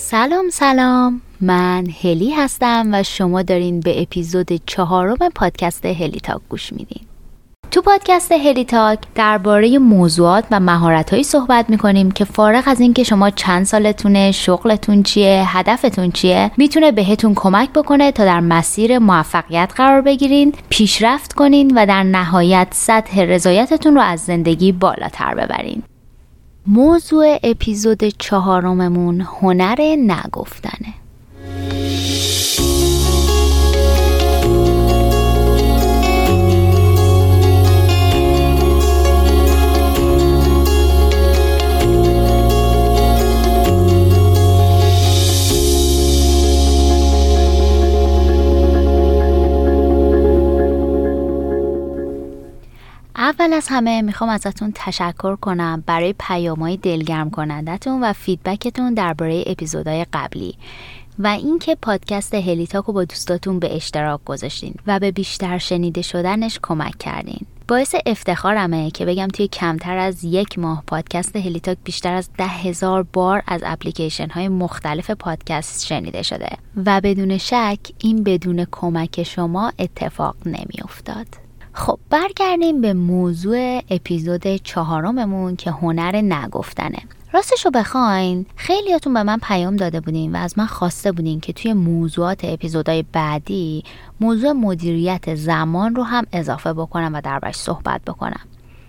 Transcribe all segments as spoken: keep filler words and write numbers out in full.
سلام سلام، من هلی هستم و شما دارین به اپیزود چهارم پادکست هلی تاک گوش میدین. تو پادکست هلی تاک درباره موضوعات و مهارت‌هایی صحبت می‌کنیم که فارغ از این که شما چند سالتونه، شغلتون چیه، هدفتون چیه، میتونه بهتون کمک بکنه تا در مسیر موفقیت قرار بگیرین، پیشرفت کنین و در نهایت سطح رضایتتون رو از زندگی بالاتر ببرین. موضوع اپیزود چهارممون هنر نگفتنه. اول از همه میخوام ازتون تشکر کنم برای پیام‌های دلگرم کنندتون و فیدبکتون درباره اپیزودهای قبلی و اینکه پادکست هلی تاک رو با دوستاتون به اشتراک گذاشتین و به بیشتر شنیده شدنش کمک کردین. باعث افتخارمه که بگم توی کمتر از یک ماه پادکست هلی تاک بیشتر از ده هزار بار از اپلیکیشن های مختلف پادکست شنیده شده و بدون شک این بدون کمک شما اتفاق نمی افتاد. خب برگردیم به موضوع اپیزود چهارممون که هنر نگفتنه. راستشو بخواین خیلیاتون به من پیام داده بودین و از من خواسته بودین که توی موضوعات اپیزودهای بعدی موضوع مدیریت زمان رو هم اضافه بکنم و دربارش صحبت بکنم.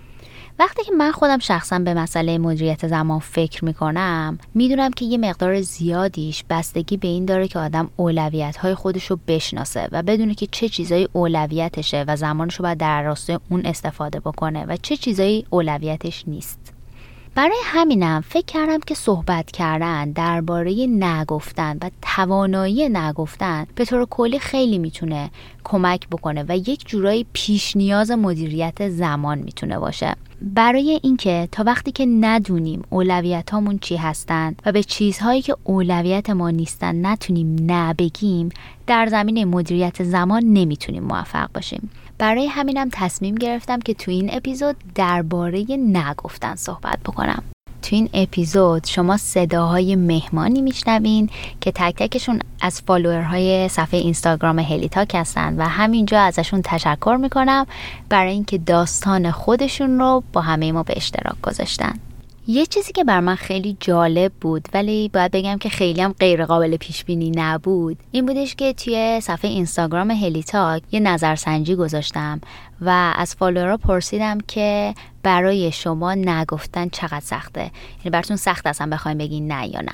وقتی که من خودم شخصا به مسئله مدیریت زمان فکر میکنم میدونم که یه مقدار زیادیش بستگی به این داره که آدم اولویت‌های خودش رو بشناسه و بدونه که چه چیزایی اولویتشه و زمانش رو باید در راستای اون استفاده بکنه و چه چیزایی اولویتش نیست. برای همینم فکر کردم که صحبت کردن درباره نگفتن و توانایی نگفتن به طور کلی خیلی میتونه کمک بکنه و یک جورایی پیش نیاز مدیریت زمان میتونه باشه. برای اینکه تا وقتی که ندونیم اولویتامون چی هستن و به چیزهایی که اولویت ما نیستن نتونیم نبگیم، در زمینه مدیریت زمان نمیتونیم موفق باشیم. برای همینم تصمیم گرفتم که تو این اپیزود درباره نگفتن صحبت بکنم. تو این اپیزود شما صداهای مهمانی میشنوین که تک تکشون از فالوورهای صفحه اینستاگرام هلی تاک هستن و همینجا ازشون تشکر میکنم برای اینکه داستان خودشون رو با همه ما به اشتراک گذاشتن. یه چیزی که بر من خیلی جالب بود ولی باید بگم که خیلی هم غیر قابل پیش بینی نبود این بودش که توی صفحه اینستاگرام هلی تاک یه نظرسنجی گذاشتم و از فالوورها پرسیدم که برای شما نگفتن چقدر سخته، یعنی براتون سخت اصلا بخوایم بگین نه یا نه،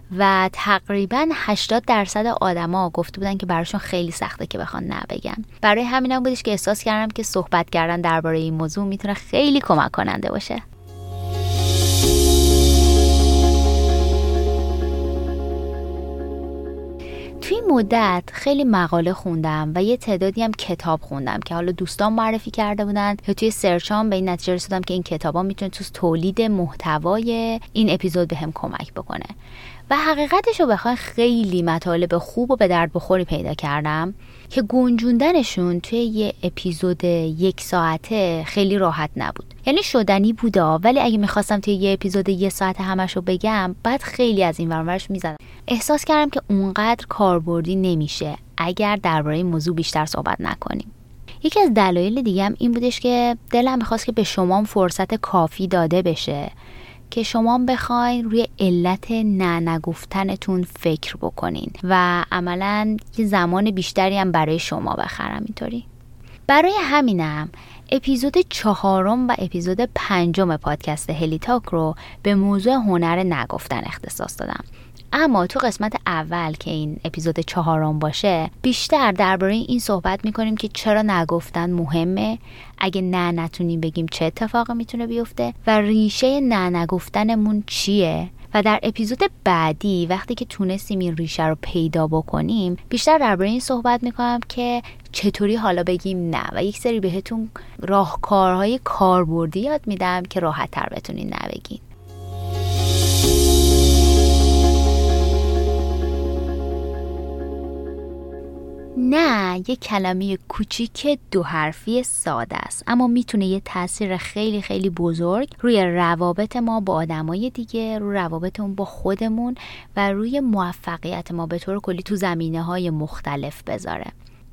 و تقریبا هشتاد درصد آدما گفته بودن که براشون خیلی سخته که بخوان نه بگن. برای همینم بودش که احساس کردم که صحبت کردن درباره این موضوع میتونه خیلی کمک کننده باشه. توی مدت خیلی مقاله خوندم و یه تعدادی هم کتاب خوندم که حالا دوستان معرفی کرده بودن یا توی سرچام به این نتیجه رسیدم که این کتابا میتونه تو تولید محتوای این اپیزود بهم کمک بکنه و حقیقتش رو بخوام خیلی مطالب خوب و به درد بخوری پیدا کردم که گنجوندنشون توی یه اپیزود یک ساعته خیلی راحت نبود. یعنی شدنی بوده ولی اگه میخواستم توی یه اپیزود یه ساعته همش رو بگم بعد خیلی از این ورانورش میزدم. احساس کردم که اونقدر کاربردی نمیشه اگر درباره این موضوع بیشتر صحبت نکنیم. یکی از دلایل دیگه هم این بودش که دلم میخواست که به شما فرصت کافی داده بشه که شما بخواین روی علت نه نگفتنتون فکر بکنین و عملاً یه زمان بیشتری هم برای شما بخرم. اینطوری برای همینم اپیزود چهارم و اپیزود پنجم پادکست هلی تاک رو به موضوع هنر نگفتن اختصاص دادم. اما تو قسمت اول که این اپیزود چهارم باشه بیشتر درباره این صحبت میکنیم که چرا نگفتن مهمه، اگه نه نتونیم بگیم چه اتفاقی میتونه بیفته و ریشه نه نگفتنمون چیه. و در اپیزود بعدی وقتی که تونستیم این ریشه رو پیدا بکنیم بیشتر درباره این صحبت میکنم که چطوری حالا بگیم نه و یک سری بهتون راهکارهای کاربردی یاد میدم که راحت تر بتونین نه بگین. نه نه یه کلمه کوچیک دو حرفی ساده است، اما میتونه یه تاثیر خیلی خیلی بزرگ روی روابط ما با آدمای دیگه، روی روابطمون با خودمون و روی موفقیت ما به طور کلی تو زمینه‌های مختلف بذاره.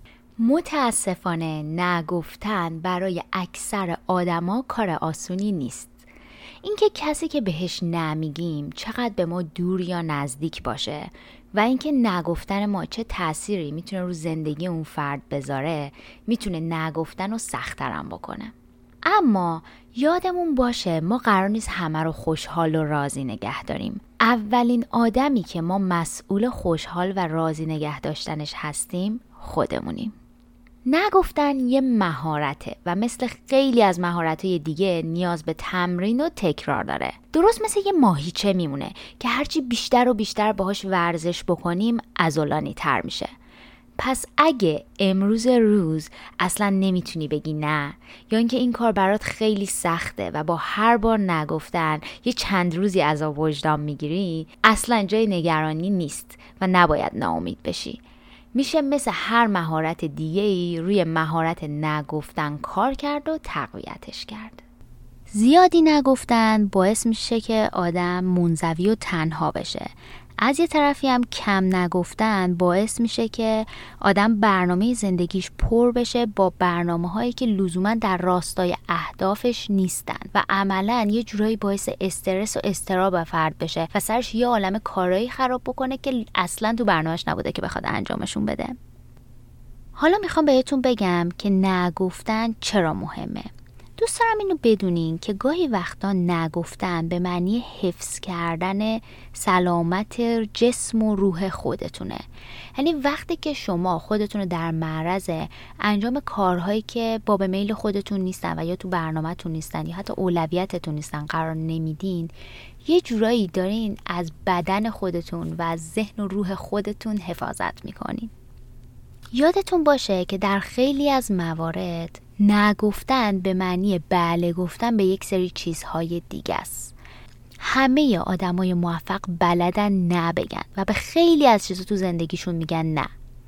متاسفانه نگفتن برای اکثر آدما کار آسونی نیست. اینکه کسی که بهش نمیگیم چقدر به ما دور یا نزدیک باشه و اینکه نگفتن ما چه تأثیری میتونه رو زندگی اون فرد بذاره، میتونه نگفتن رو سخت‌ترم بکنه. اما یادمون باشه ما قرار نیست همه رو خوشحال و راضی نگه داریم. اولین آدمی که ما مسئول خوشحال و راضی نگه داشتنش هستیم خودمونیم. نگفتن یه مهارته و مثل خیلی از مهارت‌های دیگه نیاز به تمرین و تکرار داره. درست مثل یه ماهیچه میمونه که هرچی بیشتر و بیشتر باهاش ورزش بکنیم عضلانی تر میشه. پس اگه امروز روز اصلا نمیتونی بگی نه، یا اینکه این کار برات خیلی سخته و با هر بار نگفتن یه چند روزی عذاب وجدان میگیری، اصلا جای نگرانی نیست و نباید ناامید بشی. میشه مثل هر مهارت دیگه‌ای روی مهارت نگفتن کار کرد و تقویتش کرد. زیادی نگفتن باعث میشه که آدم منزوی و تنها بشه. از یه طرفی هم کم نگفتن باعث میشه که آدم برنامه زندگیش پر بشه با برنامه هایی که لزوما در راستای اهدافش نیستن و عملاً یه جورایی باعث استرس و اضطراب فرد بشه و سرش یه عالم کارایی خراب بکنه که اصلاً تو برنامهش نبوده که بخواد انجامشون بده. حالا میخوام بهتون بگم که نگفتن چرا مهمه. دوست دارم اینو بدونین که گاهی وقتا نگفتن به معنی حفظ کردن سلامت جسم و روح خودتونه. یعنی وقتی که شما خودتون رو در معرض انجام کارهایی که با به میل خودتون نیستن و یا تو برنامه‌تون نیستن یا حتی اولویتتون نیستن قرار نمیدین، یه جورایی دارین از بدن خودتون و از ذهن و روح خودتون حفاظت میکنین. یادتون باشه که در خیلی از موارد نگفتن به معنی بله گفتن به یک سری چیزهای دیگه است. همه آدمای موفق بلدن نه بگن و به خیلی از چیزا تو زندگیشون میگن نه.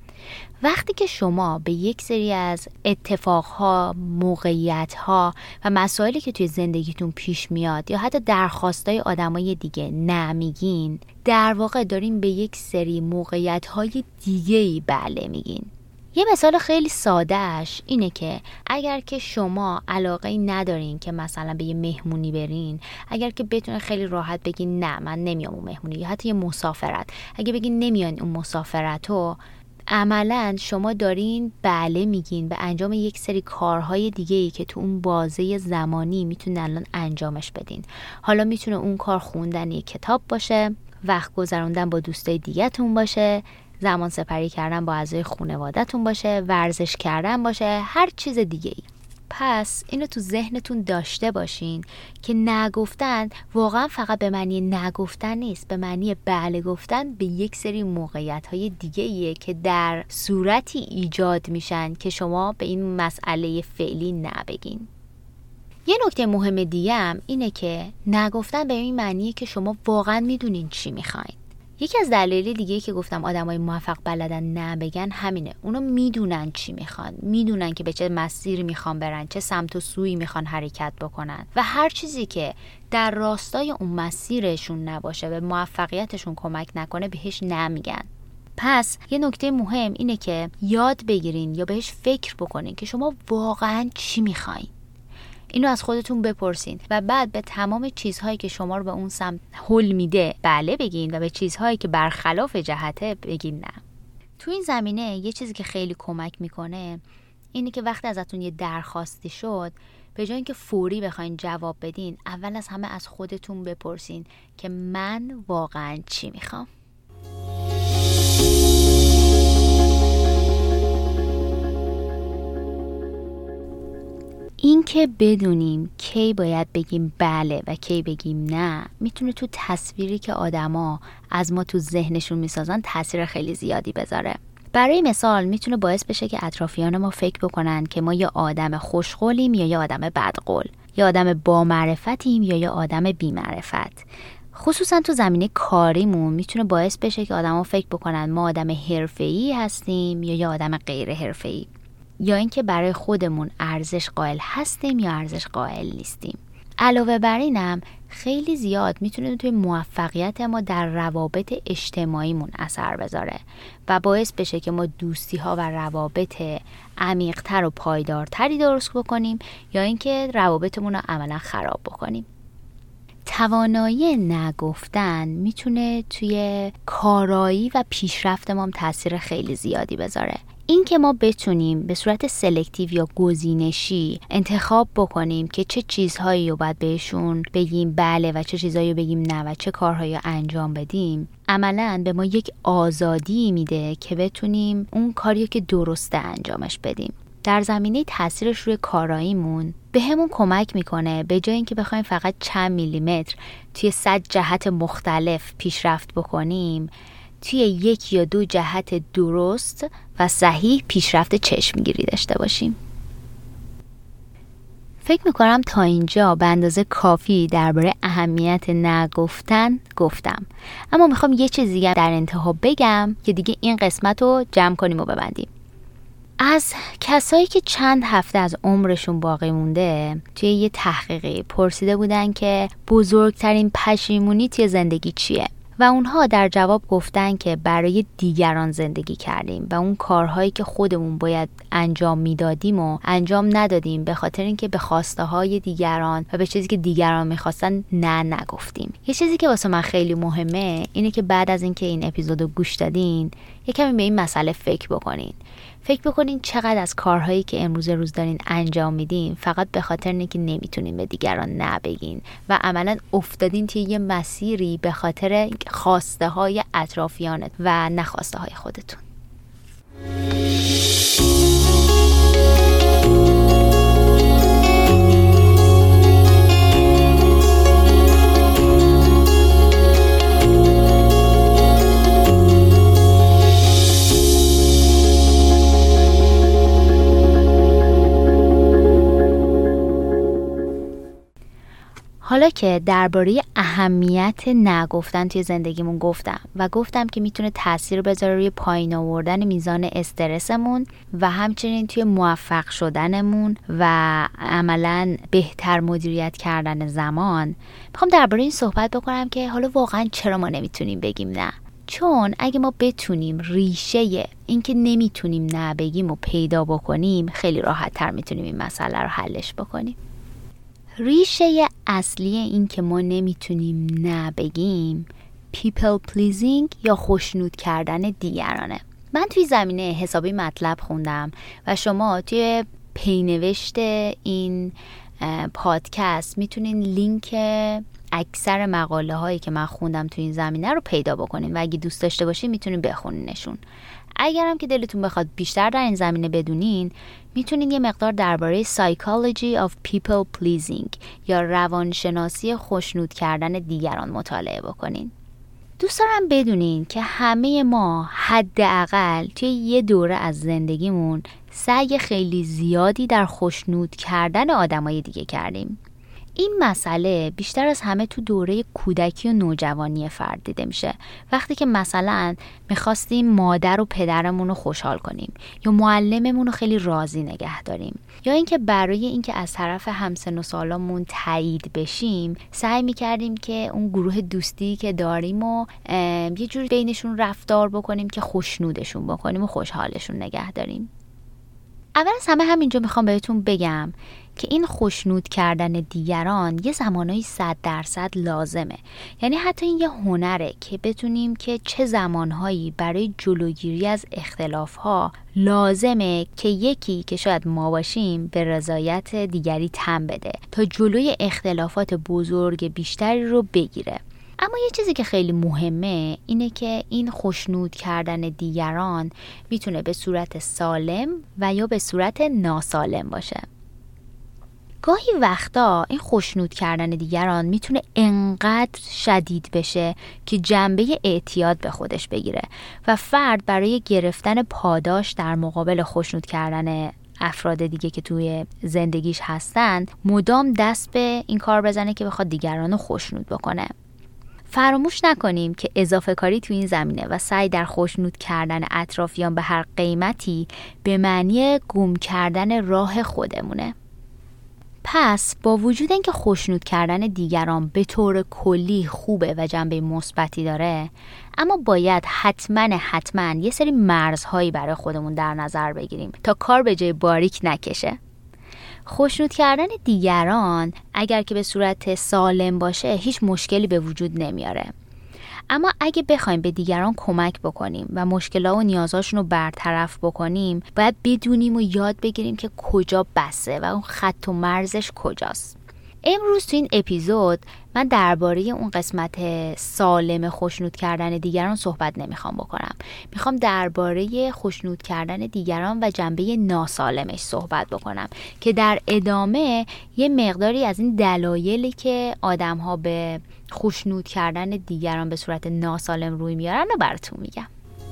وقتی که شما به یک سری از اتفاقها، موقعیتها و مسائلی که توی زندگیتون پیش میاد یا حتی درخواستای آدمای دیگه نه میگین، در واقع دارین به یک سری موقعیتهای دیگه‌ای بله میگین. یه مثال خیلی سادهش اینه که اگر که شما علاقه‌ای ندارین که مثلا به یه مهمونی برین، اگر که بتونه خیلی راحت بگین نه من نمیام اون مهمونی، یا حتی یه مسافرت، اگه بگین نمیان اون مسافرتو، عملاً شما دارین بله میگین به انجام یک سری کارهای دیگه‌ای که تو اون بازه زمانی میتونین الان انجامش بدین. حالا میتونه اون کار خوندن یک کتاب باشه، وقت گذروندن با دوستای دیگه‌تون باشه، زمان سپری کردن با اعضای خانواده‌تون باشه، ورزش کردن باشه، هر چیز دیگه‌ای. پس اینو تو ذهنتون داشته باشین که نگفتن واقعا فقط به معنی نگفتن نیست، به معنی بله گفتن به یک سری موقعیت‌های دیگه‌ایه که در صورتی ایجاد میشن که شما به این مسئله فعلی نبگین. یه نکته مهم دیگه هم اینه که نگفتن به این معنیه که شما واقعا میدونین چی میخواین. یکی از دلایل دیگه که گفتم آدمای موفق بلدن نه بگن همینه. اونا میدونن چی میخوان، میدونن که به چه مسیری میخوان برن، چه سمت و سویی میخوان حرکت بکنن و هر چیزی که در راستای اون مسیرشون نباشه و موفقیتشون کمک نکنه بهش نمیگن. پس یه نکته مهم اینه که یاد بگیرین یا بهش فکر بکنین که شما واقعا چی میخواین. اینو از خودتون بپرسین و بعد به تمام چیزهایی که شما رو به اون سمت هل میده بله بگین و به چیزهایی که برخلاف جهته بگین نه. تو این زمینه یه چیزی که خیلی کمک میکنه اینه که وقتی ازتون یه درخواستی شد، به جای اینکه فوری بخواین جواب بدین، اول از همه از خودتون بپرسین که من واقعا چی میخوام. این که بدونیم کی باید بگیم بله و کی بگیم نه میتونه تو تصویری که آدما از ما تو ذهنشون میسازن تاثیر خیلی زیادی بذاره. برای مثال میتونه باعث بشه که اطرافیان ما فکر بکنن که ما یه آدم خوشقولیم یا یه آدم بدقول، یه آدم با معرفتیم یا یه آدم بی معرفت، خصوصا تو زمینه کاریمون میتونه باعث بشه که آدما فکر بکنن ما آدم حرفه‌ای هستیم یا یا آدم غیر حرفه‌ای، یا اینکه برای خودمون ارزش قائل هستیم یا ارزش قائل نیستیم. علاوه بر اینم خیلی زیاد میتونه توی موفقیت ما در روابط اجتماعیمون اثر بذاره و باعث بشه که ما دوستی ها و روابط عمیق‌تر و پایدارتری درست بکنیم یا اینکه روابطمون رو عملا خراب بکنیم. توانایی نگفتن میتونه توی کارایی و پیشرفت ما تاثیر خیلی زیادی بذاره. این که ما بتونیم به صورت سلکتیو یا گزینشی انتخاب بکنیم که چه چیزهایی رو باید بهشون بگیم بله و چه چیزهایی رو بگیم نه و چه کارهایی رو انجام بدیم، عملاً به ما یک آزادی میده که بتونیم اون کاری که درسته انجامش بدیم. در زمینه تاثیرش روی کاراییمون به همون کمک میکنه به جای اینکه بخوایم فقط چند میلیمتر توی صد جهت مختلف پیشرفت بکنیم، توی یک یا دو جهت درست و صحیح پیشرفت چشمگیری داشته باشیم. فکر میکنم تا اینجا به اندازه کافی درباره اهمیت نگفتن گفتم، اما میخوام یه چیز دیگه در انتها بگم که دیگه این قسمت رو جمع کنیم و ببندیم. از کسایی که چند هفته از عمرشون باقی مونده توی یه تحقیقی پرسیده بودن که بزرگترین پشیمونی توی زندگی چیه و اونها در جواب گفتن که برای دیگران زندگی کردیم و اون کارهایی که خودمون باید انجام میدادیم و انجام ندادیم به خاطر اینکه به خواسته های دیگران و به چیزی که دیگران میخواستن نه نگفتیم. یه چیزی که واسه من خیلی مهمه اینه که بعد از اینکه این اپیزودو گوش دادین یه کمی به این مسئله فکر بکنین. فکر بکنین چقدر از کارهایی که امروز روز دارین انجام میدین فقط به خاطر اینکه نمیتونین به دیگران نه بگین و عملا افتادین توی یه مسیری به خاطر خواسته های اطرافیانت و نخواسته های خودتون. حالا که درباره اهمیت نگفتن توی زندگیمون گفتم و گفتم که میتونه تاثیر بذاره روی پایین آوردن میزان استرسمون و همچنین توی موفق شدنمون و عملاً بهتر مدیریت کردن زمان، میخوام درباره این صحبت بکنم که حالا واقعاً چرا ما نمیتونیم بگیم نه؟ چون اگه ما بتونیم ریشه این که نمیتونیم نه بگیم و پیدا بکنیم، خیلی راحت تر میتونیم این مسئله رو حلش بکنیم. ریشه اصلی این که ما نمیتونیم نه بگیم people pleasing یا خوشنود کردن دیگرانه. من توی زمینه حسابی مطلب خوندم و شما توی پینوشت این پادکست میتونین لینک اکثر مقاله هایی که من خوندم توی این زمینه رو پیدا بکنین و اگه دوست داشته باشین میتونین بخونینشون. اگرم که دلتون بخواد بیشتر در این زمینه بدونین، میتونین یه مقدار درباره Psychology of People Pleasing یا روانشناسی خوشنود کردن دیگران مطالعه بکنین. دوست دارم بدونین که همه ما حداقل توی یه دوره از زندگیمون سعی خیلی زیادی در خوشنود کردن آدمای دیگه کردیم. این مسئله بیشتر از همه تو دوره کودکی و نوجوانی فرد دیده میشه، وقتی که مثلا میخواستیم مادر و پدرمون رو خوشحال کنیم یا معلممون رو خیلی راضی نگه داریم یا اینکه برای اینکه از طرف همسن و سالامون تایید بشیم سعی میکردیم که اون گروه دوستی که داریم و یه جور بینشون رفتار بکنیم که خوشنودشون بکنیم و خوشحالشون نگه داریم. اول از همه همینجا میخوام بهتون بگم که این خوشنود کردن دیگران یه زمانایی صد درصد لازمه. یعنی حتی این یه هنره که بتونیم که چه زمانهایی برای جلوگیری از اختلافها لازمه که یکی که شاید ما باشیم به رضایت دیگری تن بده تا جلوی اختلافات بزرگ بیشتری رو بگیره. اما یه چیزی که خیلی مهمه اینه که این خوشنود کردن دیگران میتونه به صورت سالم و یا به صورت ناسالم باشه. گاهی وقتا این خوشنود کردن دیگران میتونه انقدر شدید بشه که جنبه اعتیاد به خودش بگیره و فرد برای گرفتن پاداش در مقابل خوشنود کردن افراد دیگه که توی زندگیش هستن مدام دست به این کار بزنه که بخواد دیگران رو خوشنود بکنه. فراموش نکنیم که اضافه کاری تو این زمینه و سعی در خوشنود کردن اطرافیان به هر قیمتی به معنی گم کردن راه خودمونه. پس با وجود اینکه خوشنود کردن دیگران به طور کلی خوبه و جنبه مثبتی داره، اما باید حتما حتما یه سری مرزهایی برای خودمون در نظر بگیریم تا کار به جای باریک نکشه. خوشنود کردن دیگران اگر که به صورت سالم باشه هیچ مشکلی به وجود نمیاره، اما اگه بخوایم به دیگران کمک بکنیم و مشکلات و نیازاشون رو برطرف بکنیم، باید بدونیم و یاد بگیریم که کجا بسه و اون خط و مرزش کجاست. امروز تو این اپیزود من درباره اون قسمت سالم خوشنود کردن دیگران صحبت نمیخوام بکنم. میخوام درباره خوشنود کردن دیگران و جنبه ناسالمش صحبت بکنم که در ادامه یه مقداری از این دلایلی که آدم‌ها به خوشنود کردن دیگران به صورت ناسالم روی میارن رو براتون میگم.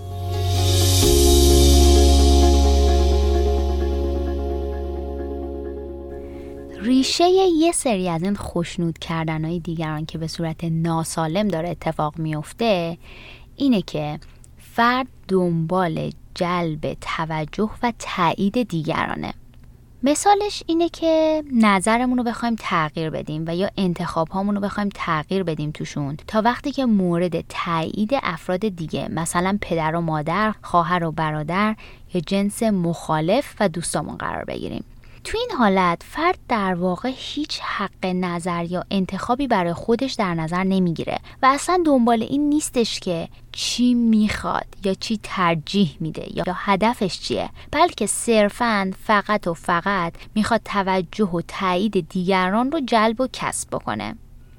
ریشه یه سری از این خوشنود کردنهای دیگران که به صورت ناسالم داره اتفاق میفته اینه که فرد دنبال جلب توجه و تایید دیگرانه. مثالش اینه که نظرمون رو بخوایم تغییر بدیم و یا انتخاب هامون رو بخوایم تغییر بدیم توشون تا وقتی که مورد تایید افراد دیگه مثلا پدر و مادر، خواهر و برادر یا جنس مخالف و دوستامون قرار بگیریم. تو این حالت فرد در واقع هیچ حق نظر یا انتخابی برای خودش در نظر نمیگیره و اصلا دنبال این نیستش که چی میخواد یا چی ترجیح میده یا هدفش چیه، بلکه صرفاً فقط و فقط میخواد توجه و تایید دیگران رو جلب و کسب بکنه.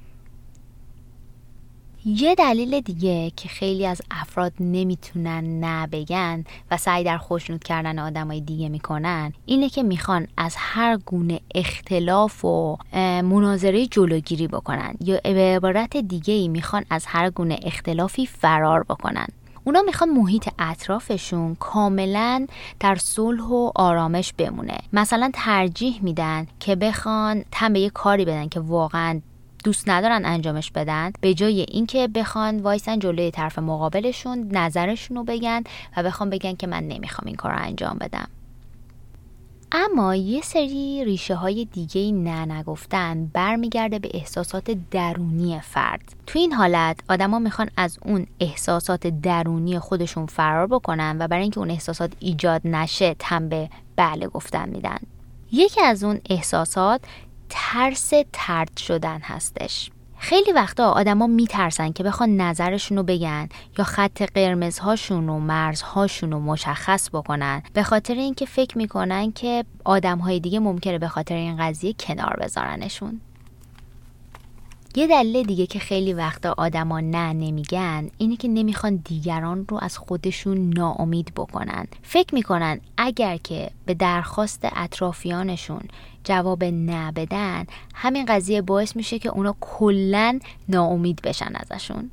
یه دلیل دیگه که خیلی از افراد نمیتونن نه بگن و سعی در خوشنود کردن آدمای دیگه میکنن اینه که میخوان از هر گونه اختلاف و مناظره جلوگیری بکنن یا به عبارت دیگه‌ای میخوان از هر گونه اختلافی فرار بکنن. اونا میخوان محیط اطرافشون کاملا در صلح و آرامش بمونه. مثلا ترجیح میدن که بخوان تن به یه کاری بدن که واقعا دوست ندارن انجامش بدن، به جای اینکه بخوان وایسن جلوی طرف مقابلشون نظرشون رو بگن و بخوان بگن که من نمیخوام این کار رو انجام بدم. اما یه سری ریشه های دیگه نه نگفتن برمیگرده به احساسات درونی فرد. تو این حالت آدما میخوان از اون احساسات درونی خودشون فرار بکنن و برای اینکه اون احساسات ایجاد نشه تن به بله گفتن میدن. یکی از اون احساسات ترس طرد شدن هستش. خیلی وقتا آدما میترسن که بخوان نظرشون رو بگن یا خط قرمزهاشون و مرزهاشون رو مشخص بکنن، به خاطر اینکه فکر میکنن که آدمهای دیگه ممکنه به خاطر این قضیه کنار بذارنشون. یه دلیل دیگه که خیلی وقتا آدما نه نمیگن اینه که نمیخوان دیگران رو از خودشون ناامید بکنن. فکر میکنن اگر که به درخواست اطرافیانشون جواب نه بدن، همین قضیه باعث میشه که اونا کلاً ناامید بشن ازشون.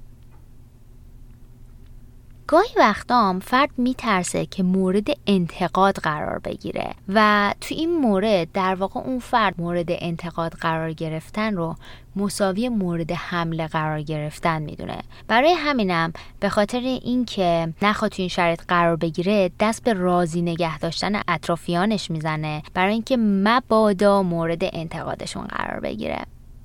گاهی وقتام فرد میترسه که مورد انتقاد قرار بگیره و تو این مورد در واقع اون فرد مورد انتقاد قرار گرفتن رو مساوی مورد حمله قرار گرفتن میدونه. برای همینم به خاطر اینکه نخواد تو این شرایط قرار بگیره دست به راضی نگه داشتن اطرافیانش میزنه برای اینکه مبادا مورد انتقادشون قرار بگیره.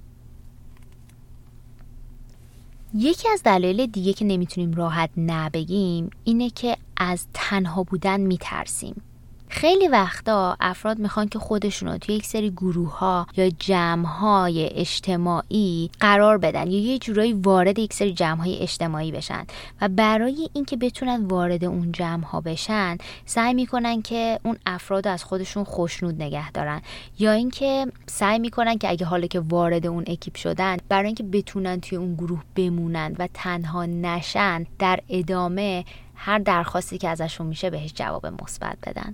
یکی از دلایل دیگه که نمیتونیم راحت نبگیم اینه که از تنها بودن میترسیم. خیلی وقتا افراد میخوان که خودشونو توی یک سری گروه ها یا جمع های اجتماعی قرار بدن یا یه جورایی وارد یک سری جمع های اجتماعی بشن و برای اینکه بتونن وارد اون جمع ها بشن سعی میکنن که اون افراد از خودشون خوشنود نگه دارن یا اینکه سعی میکنن که اگه حالا که وارد اون اکیپ شدن برای اینکه بتونن توی اون گروه بمونن و تنها نشن در ادامه هر درخواستی که ازشون میشه بهش جواب مثبت بدن.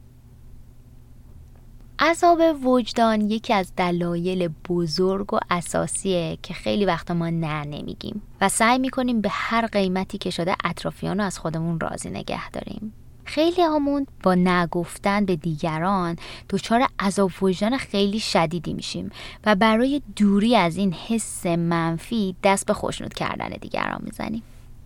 عذاب وجدان یکی از دلایل بزرگ و اساسیه که خیلی وقتا ما نه نمیگیم و سعی میکنیم به هر قیمتی که شده اطرافیان رو از خودمون راضی نگه داریم. خیلی همون با نگفتن به دیگران دچار عذاب وجدان خیلی شدیدی میشیم و برای دوری از این حس منفی دست به خوشنود کردن دیگران میزنیم.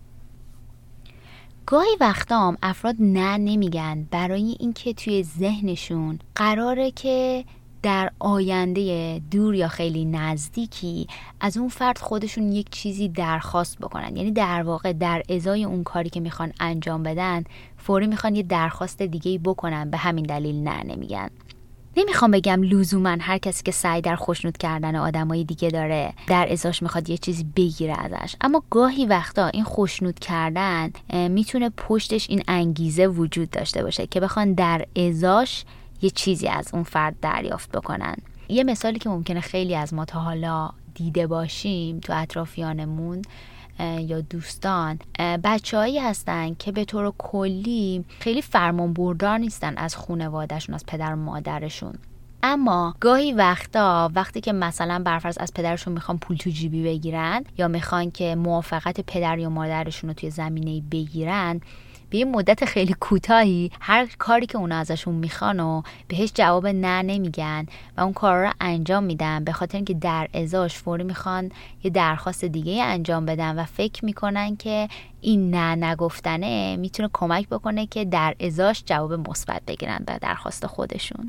گاهی وقتا هم افراد نه نمیگن برای اینکه توی ذهنشون قراره که در آینده دور یا خیلی نزدیکی از اون فرد خودشون یک چیزی درخواست بکنن، یعنی در واقع در ازای اون کاری که میخوان انجام بدن فوری میخوان یه درخواست دیگه‌ای بکنن، به همین دلیل نه نمیگن. نمیخوام بگم لزوما هر کسی که سعی در خوشنود کردن آدمای دیگه داره در ازاش میخواد یه چیزی بگیره ازش، اما گاهی وقتا این خوشنود کردن میتونه پشتش این انگیزه وجود داشته باشه که بخوان در ازاش یه چیزی از اون فرد دریافت بکنن. یه مثالی که ممکنه خیلی از ما تا حالا دیده باشیم تو اطرافیانمون یا دوستان، بچه‌هایی هستن که به طور کلی خیلی فرمان بردار نیستن از خانواده‌شون، از پدر و مادرشون، اما گاهی وقتا وقتی که مثلا برفرض از پدرشون میخوان پول تو جیبی بگیرن یا میخوان که موافقت پدر یا مادرشون رو توی زمینه‌ای بگیرن، به یه مدت خیلی کوتاهی هر کاری که اونا ازشون میخوان و بهش جواب نه نمیگن و اون کار رو انجام میدن، به خاطر اینکه در ازاش فوری میخوان یه درخواست دیگه انجام بدن و فکر میکنن که این نه نگفتنه میتونه کمک بکنه که در ازاش جواب مثبت بگیرن به درخواست خودشون.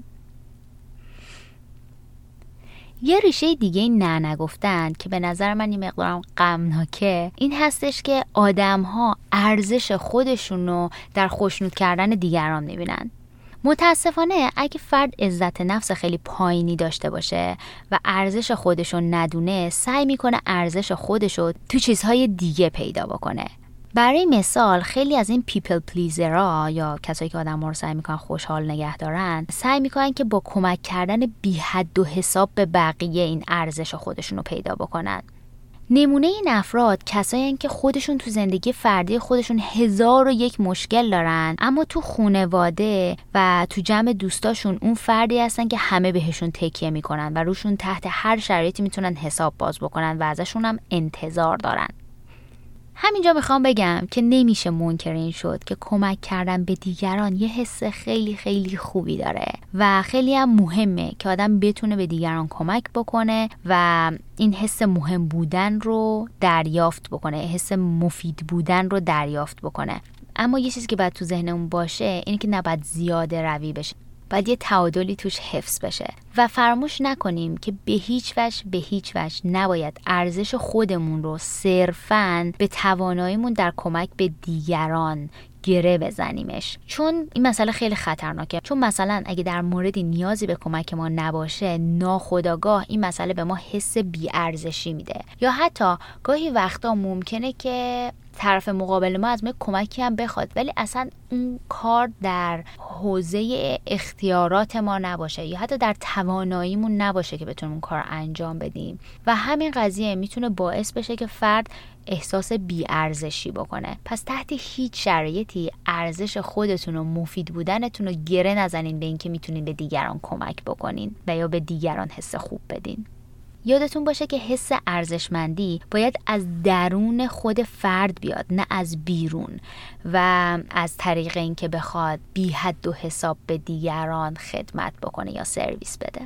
یه ریشه دیگه نه نگفتن که به نظر من یه مقدارم غمناکه این هستش که آدم‌ها ارزش خودشونو در خوشنود کردن دیگران می‌بینن. متاسفانه اگه فرد عزت نفس خیلی پایینی داشته باشه و ارزش خودشو ندونه، سعی میکنه ارزش خودشو تو چیزهای دیگه پیدا بکنه. برای مثال خیلی از این پیپل پلیزرها یا کسایی که آدم‌ها رو سعی میکنن خوشحال نگه دارن، سعی میکنن که با کمک کردن بی حد و حساب به بقیه این ارزش خودشون رو پیدا بکنن. نمونه این افراد کسایی هستن که خودشون تو زندگی فردی خودشون هزار و یک مشکل دارن، اما تو خانواده و تو جمع دوستاشون اون فردی هستن که همه بهشون تکیه میکنن و روشون تحت هر شرایطی میتونن حساب باز بکنن و ازشون هم انتظار دارن. همینجا میخوام بگم که نمیشه منکر این شد که کمک کردن به دیگران یه حس خیلی خیلی خوبی داره و خیلی هم مهمه که آدم بتونه به دیگران کمک بکنه و این حس مهم بودن رو دریافت بکنه، حس مفید بودن رو دریافت بکنه. اما یه چیزی که باید تو ذهنمون باشه اینه که نباید زیاده روی بشه، باید یه تعادلی توش حفظ بشه و فراموش نکنیم که به هیچ وجه به هیچ وجه نباید ارزش خودمون رو صرفاً به تواناییمون در کمک به دیگران گره بزنیمش، چون این مسئله خیلی خطرناکه. چون مثلا اگه در موردی نیازی به کمک ما نباشه، ناخودآگاه این مسئله به ما حس بی‌ارزشی میده، یا حتی گاهی وقتا ممکنه که طرف مقابل ما از ما کمکی هم بخواد ولی اصلا اون کار در حوزه اختیارات ما نباشه یا حتی در تواناییمون نباشه که بتونیم اون کار انجام بدیم و همین قضیه میتونه باعث بشه که فرد احساس بی‌ارزشی بکنه. پس تحت هیچ شرایطی ارزش خودتون و مفید بودنتون رو گره نزنین به این که میتونین به دیگران کمک بکنین و یا به دیگران حس خوب بدین. یادتون باشه که حس ارزشمندی باید از درون خود فرد بیاد، نه از بیرون و از طریق این که بخواد بی حد و حساب به دیگران خدمت بکنه یا سرویس بده.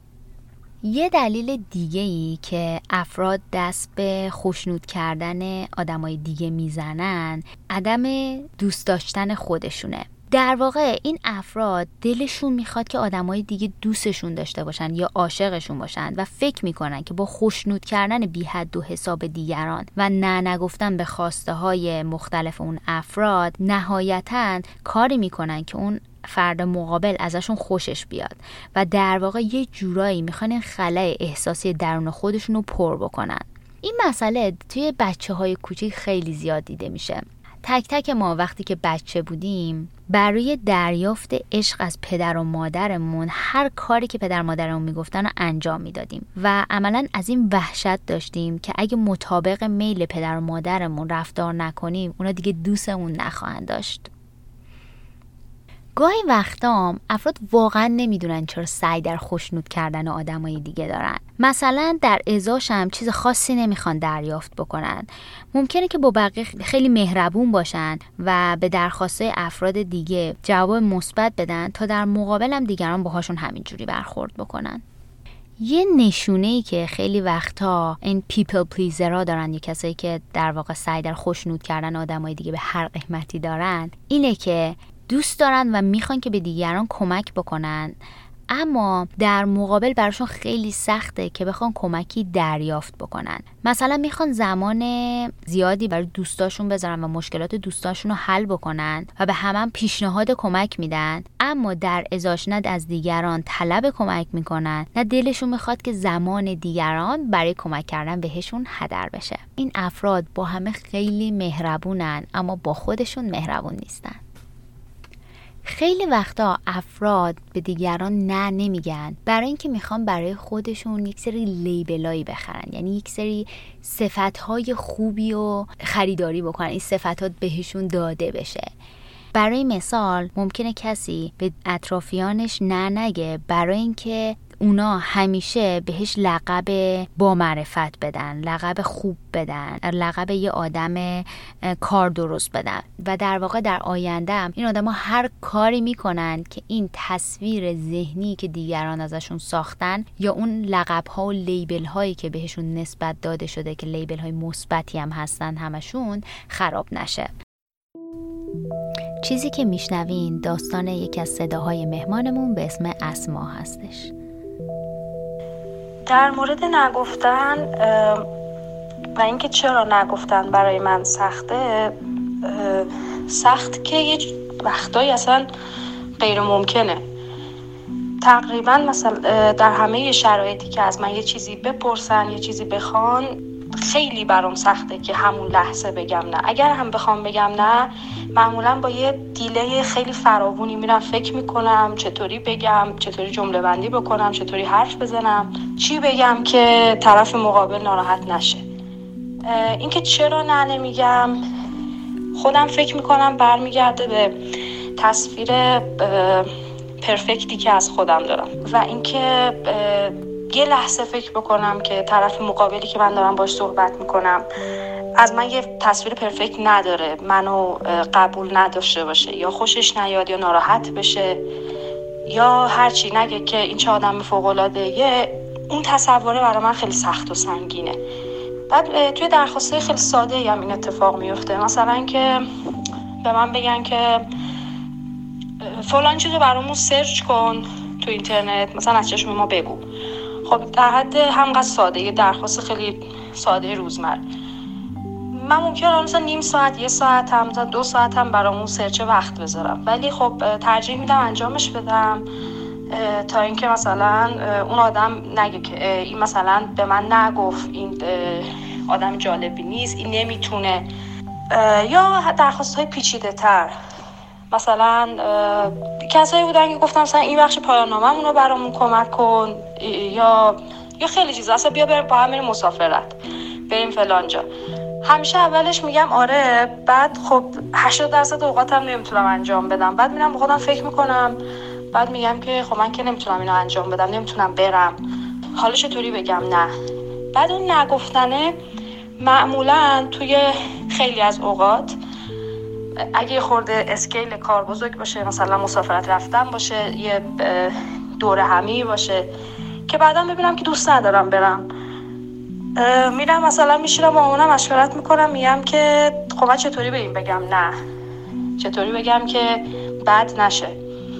یه دلیل دیگه‌ای که افراد دست به خوشنود کردن آدمای دیگه میزنن، عدم دوست داشتن خودشونه. در واقع این افراد دلشون میخواد که آدمای دیگه دوستشون داشته باشن یا عاشقشون باشن و فکر میکنن که با خوشنود کردن بی حد و حساب دیگران و نه نگفتن به خواسته های مختلف اون افراد نهایتاً کاری میکنن که اون فرد مقابل ازشون خوشش بیاد و در واقع یه جورایی میخوان این خلأ احساسی درون خودشون رو پر بکنن. این مسئله توی بچه‌های کوچیک خیلی زیاد دیده میشه. تک تک ما وقتی که بچه بودیم برای دریافت عشق از پدر و مادرمون هر کاری که پدر و مادرمون میگفتن رو انجام میدادیم و عملاً از این وحشت داشتیم که اگه مطابق میل پدر و مادرمون رفتار نکنیم اونا دیگه دوستمون نخواهند داشت. گاهی وقتام افراد واقعا نمیدونن چرا سعی در خوشنود کردن آدمای دیگه دارن. مثلا در ازاش هم چیز خاصی نمیخوان دریافت بکنن. ممکنه که با بقیه خیلی مهربون باشن و به درخواستای افراد دیگه جواب مثبت بدن تا در مقابل هم دیگران باهاشون همینجوری برخورد بکنن. یه نشونه‌ای که خیلی وقتا این پیپل پلیزرها دارن، یه کسایی که در واقع سعی در خوشنود کردن آدمای دیگه به هر قیمتی دارن، اینه که دوست دارن و میخوان که به دیگران کمک بکنن، اما در مقابل براشون خیلی سخته که بخوان کمکی دریافت بکنن. مثلا میخوان زمان زیادی برای دوستاشون بذارن و مشکلات دوستاشون رو حل بکنن و به همه هم پیشنهاد کمک میدن، اما در ازاش نه از دیگران طلب کمک میکنن، نه دلشون میخواد که زمان دیگران برای کمک کردن بهشون هدر بشه. این افراد با همه خیلی مهربونن اما با خودشون مهربون نیستن. خیلی وقتا افراد به دیگران نه نمیگن برای اینکه میخوان برای خودشون یک سری لیبلایی بخرن، یعنی یک سری صفتهای خوبی رو خریداری بکنن، این صفتات بهشون داده بشه. برای مثال ممکنه کسی به اطرافیانش نه نگه برای اینکه اونا همیشه بهش لقب با معرفت بدن، لقب خوب بدن، لقب یه آدم کار درست بدن و در واقع در آینده هم این آدم ها هر کاری میکنن که این تصویر ذهنی که دیگران ازشون ساختن یا اون لقب ها و لیبل هایی که بهشون نسبت داده شده که لیبل های مثبتی هم هستن همشون خراب نشه. چیزی که میشنوین داستان یکی از صداهای مهمانمون به اسم اسما هستش. در مورد نگفتن و اینکه چرا نگفتن برای من سخته، سخت که یه وقتایی اصلا غیر ممکنه. تقریبا مثلا در همه شرایطی که از من یه چیزی بپرسن، یه چیزی بخوان، خیلی برام سخته که همون لحظه بگم نه. اگر هم بخوام بگم نه، معمولا با یه دیلی خیلی فراوانی میرم فکر میکنم چطوری بگم، چطوری جمله بندی بکنم، چطوری حرف بزنم، چی بگم که طرف مقابل ناراحت نشه. اینکه چرا نه نمیگم، خودم فکر میکنم برمیگرده به تصویر پرفکتی که از خودم دارم و اینکه یه لحظه فکر بکنم که طرف مقابلی که من دارم باش صحبت میکنم از من یه تصویر پرفکت نداره، منو قبول نداشته باشه یا خوشش نیاد یا ناراحت بشه یا هرچی نگه که این چه آدم فوق‌العاده‌ایه. اون تصوره برای من خیلی سخت و سنگینه. بعد توی درخواستای خیلی ساده‌ای هم این اتفاق میفته، مثلا که به من بگن که فلان چیزو برامون سرچ کن تو اینترنت، مثلا از چشم ما بگو. خب در حد همقدر ساده، یه درخواست خیلی ساده روزمره. من ممکنه مثلا نیم ساعت، یه ساعت هم، مثلا دو ساعت هم برامون سرچ وقت بذارم، ولی خب ترجیح میدم انجامش بدم تا اینکه مثلا اون آدم نگه که این مثلا به من نگفت، این آدم جالبی نیست، این نمیتونه. یا درخواست های پیچیده تر، مثلا کسایی بودن که گفتم مثلا این بخش پایان نامه‌مون رو برامون کمک کن، یا یا خیلی چیزا، اصلا بیا بریم با هم بریم مسافرت، بریم فلان جا. همیشه اولش میگم آره، بعد خب هشتاد درصد اوقاتم نمیتونم انجام بدم. بعد میرم با خودم فکر میکنم، بعد میگم که خب من که نمیتونم اینو انجام بدم، نمیتونم برم، حالا چطوری بگم نه. بعد اون نگفتنه معمولا توی خیلی از اوقات اگه خورده اسکیل کار بزرگ باشه، مثلا مسافرت رفتن باشه، یه دوره همی باشه که بعدا ببینم که دوست ندارم برم، میرم مثلا میشینم با مامانم مشورت میکنم، میگم که خب من چطوری به این بگم نه، چطوری بگم که بد نشه.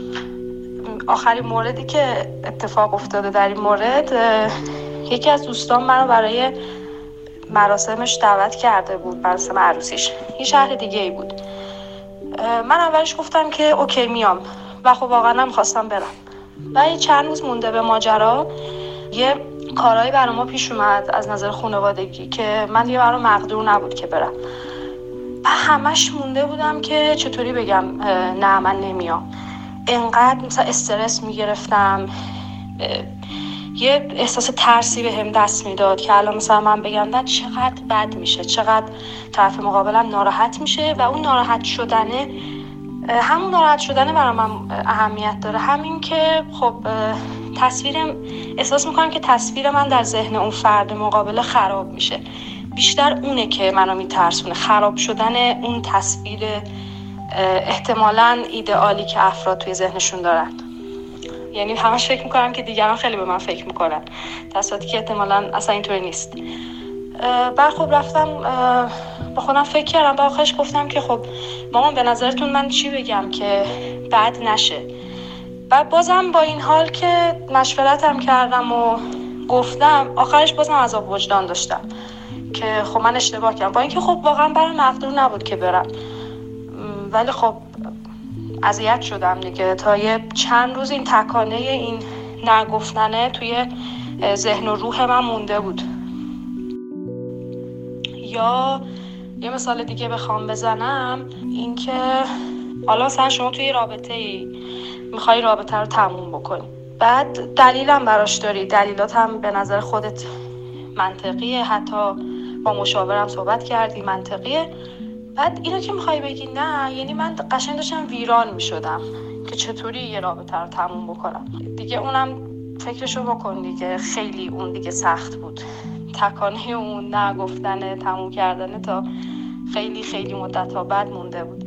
آخرین موردی که اتفاق افتاده در این مورد، یکی از دوستان منو برای مراسمش دعوت کرده بود، مراسم عروسیش، یه شهر دیگه ای بود. من اولش گفتم که اوکی میام و خب واقعا نمیخواستم برم و یه چند روز مونده به ماجرا یه کارهایی برای ما پیش اومد از نظر خانوادگی که من دیگه برام مقدور نبود که برم و همش مونده بودم که چطوری بگم نه من نمیام. انقدر مثلا استرس میگرفتم، یه احساس ترسی به هم دست میداد که الان مثلا من بگم نه چقدر بد میشه، چقدر طرف مقابلم ناراحت میشه و اون ناراحت شدنه همون ناراحت شدن برای من اهمیت داره، همین که خب تصویرم احساس میکنم که تصویر من در ذهن اون فرد مقابل خراب میشه. بیشتر اونه که منو میترسونه، خراب شدن اون تصویر احتمالاً ایدئالی که افراد توی ذهنشون دارن. یعنی همش فکر میکنم که دیگران خیلی به من فکر میکنن، در صورتی که احتمالاً اصلا اینطوری نیست. بعد خب رفتم با خودم فکر کردم، با آخرش گفتم که خب مامان به نظرتون من چی بگم که بد نشه. بعد بازم با این حال که مشورتم کردم و گفتم، آخرش بازم عذاب وجدان داشتم که خب من اشتباه کردم، با اینکه خب واقعا برام مقدور نبود که برم، ولی خب اذیت شدم دیگه. تا یه چند روز این تکانه این نگفتنه توی ذهن و روح من مونده بود. یا یه مثال دیگه بخوام بزنم، این که حالا مثلا شما توی رابطه ای میخوای رابطه رو تموم بکنی، بعد دلیلم براش داری، دلیلات هم به نظر خودت منطقیه، حتی با مشاورم صحبت کردی منطقیه، بعد اینو که میخوای بگی نه، یعنی من قشنگ داشتم ویران میشدم که چطوری یه رابطه رو تموم بکنم دیگه. اونم فکرشو بکن دیگه، خیلی اون دیگه سخت بود، تکانه اون نگفتنه تموم کردنه تا خیلی خیلی مدت ها بعد مونده بود.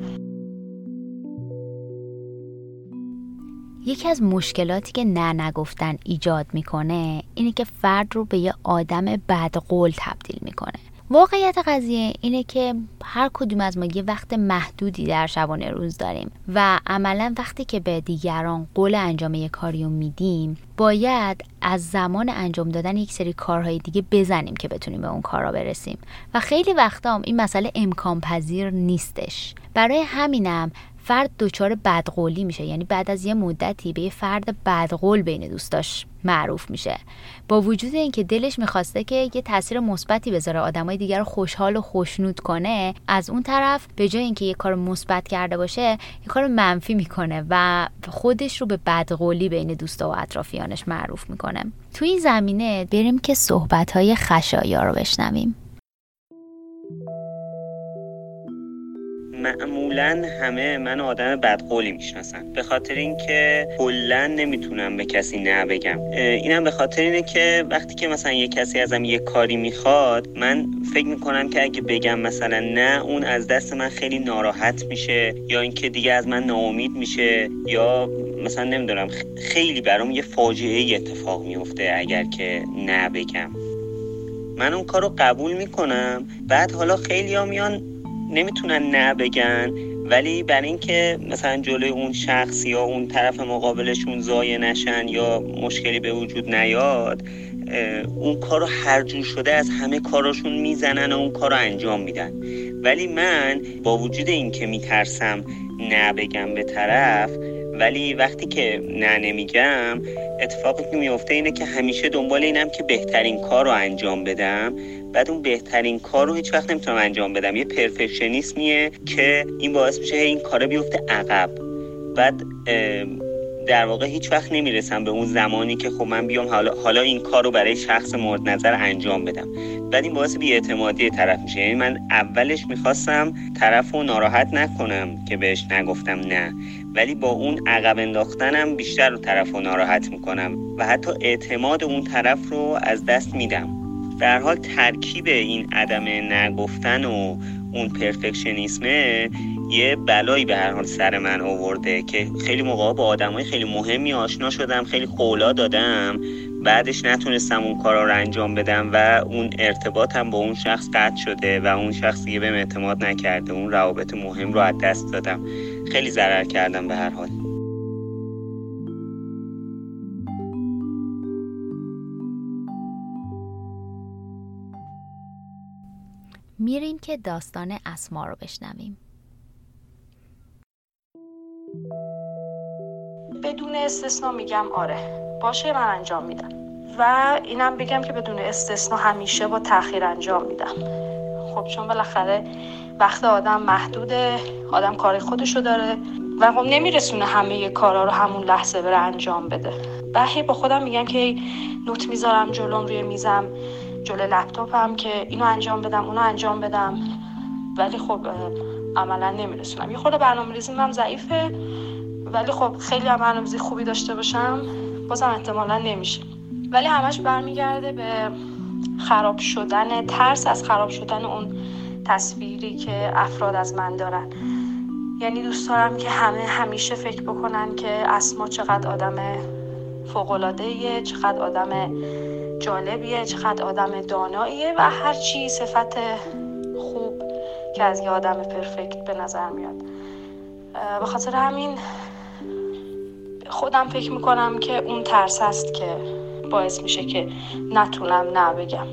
یکی از مشکلاتی که نه نگفتن ایجاد میکنه اینه که فرد رو به یه آدم بدقول تبدیل میکنه. واقعیت قضیه اینه که هر کدوم از ما یه وقت محدودی در شبانه روز داریم و عملا وقتی که به دیگران قول انجام یک کاری رو میدیم، باید از زمان انجام دادن یک سری کارهای دیگه بزنیم که بتونیم به اون کارا برسیم و خیلی وقتا هم این مسئله امکان پذیر نیستش. برای همینم فرد دچار بدقولی میشه، یعنی بعد از یه مدتی به یه فرد بدقول بین دوستاش معروف میشه، با وجود اینکه دلش میخواسته که یه تاثیر مثبتی بذاره، آدمای دیگر رو خوشحال و خوشنود کنه، از اون طرف به جای اینکه یه کار مثبت کرده باشه یه کار منفی میکنه و خودش رو به بدقولی بین دوستا و اطرافیانش معروف میکنه. تو این زمینه بریم که صحبت‌های خشایار رو بشنویم. معمولاً همه من آدم بدقولی میشناسن، به خاطر اینکه کلاً نمیتونم به کسی نه بگم. اینم به خاطر اینه که وقتی که مثلا یه کسی ازم یه کاری میخواد، من فکر میکنم که اگه بگم مثلا نه، اون از دست من خیلی ناراحت میشه، یا اینکه دیگه از من ناامید میشه، یا مثلا نمیدونم خیلی برام یه فاجعه اتفاق میفته اگر که نه بگم. من اون کارو قبول میکنم، بعد حالا خیلی‌ها میان نمیتونن نه بگن، ولی برای اینکه مثلا جلوی اون شخص یا اون طرف مقابلشون ضایع نشن یا مشکلی به وجود نیاد، اون کارو هر جور شده از همه کاراشون میزنن و اون کارو انجام میدن. ولی من با وجود اینکه میترسم نه بگم به طرف، ولی وقتی که نه نمیگم، اتفاقی که میفته اینه که همیشه دنبال اینم که بهترین کار رو انجام بدم، بعد اون بهترین کار رو هیچ وقت نمیتونم انجام بدم. یه پرفکشنیسمیه که این باعث میشه این کارا بیفته عقب، بعد در واقع هیچ وقت نمیرسم به اون زمانی که خب من بیام حالا, حالا این کار رو برای شخص مورد نظر انجام بدم. بعد این باعث بی‌اعتمادی طرف میشه. یعنی من اولش میخواستم طرف رو ناراحت نکنم که بهش نگفتم نه، ولی با اون عقب انداختنم بیشتر رو طرف رو ناراحت میکنم و حتی اعتماد اون طرف رو از دست میدم. در حال ترکیب این عدم نگفتن و اون پرفکشنیسمه یه بلایی به هر حال سر من آورده که خیلی موقعا با آدمای خیلی مهمی آشنا شدم، خیلی قولا دادم، بعدش نتونستم اون کارا رو انجام بدم و اون ارتباطم با اون شخص قطع شده و اون شخص دیگه بهم اعتماد نکرده، اون روابط مهم رو از دست دادم، خیلی ضرر کردم به هر حال. میریم که داستان اسما رو بشنویم. بدون استثنا میگم آره باشه من انجام میدم، و اینم بگم که بدون استثنا همیشه با تأخیر انجام میدم. خب چون بالاخره وقت آدم محدوده، آدم کار خودشو داره و خب نمیرسونه همه کارا رو همون لحظه بره انجام بده. بعضی با خودم میگم که نوت میذارم جلوم روی میزم، جلوی لپتاپم که اینو انجام بدم اونو انجام بدم، ولی خب عملا نمیرسونم. یه خورده برنامه‌ریزیم هم ضعیفه، ولی خب خیلی هم برنامه‌ریزی خوبی داشته باشم بازم احتمالا نمیشه. ولی همش برمیگرده به خراب شدن، ترس از خراب شدن اون تصویری که افراد از من دارن. یعنی دوست دارم که همه همیشه فکر بکنن که اسما چقدر آدم فوق‌العاده‌ایه، چقدر آدم جالبیه، چقدر آدم داناییه و هر چی صفت خوب که از یه آدم پرفکت به نظر میاد. به خاطر همین خودم فکر میکنم که اون ترس است که باعث میشه که نتونم نه بگم.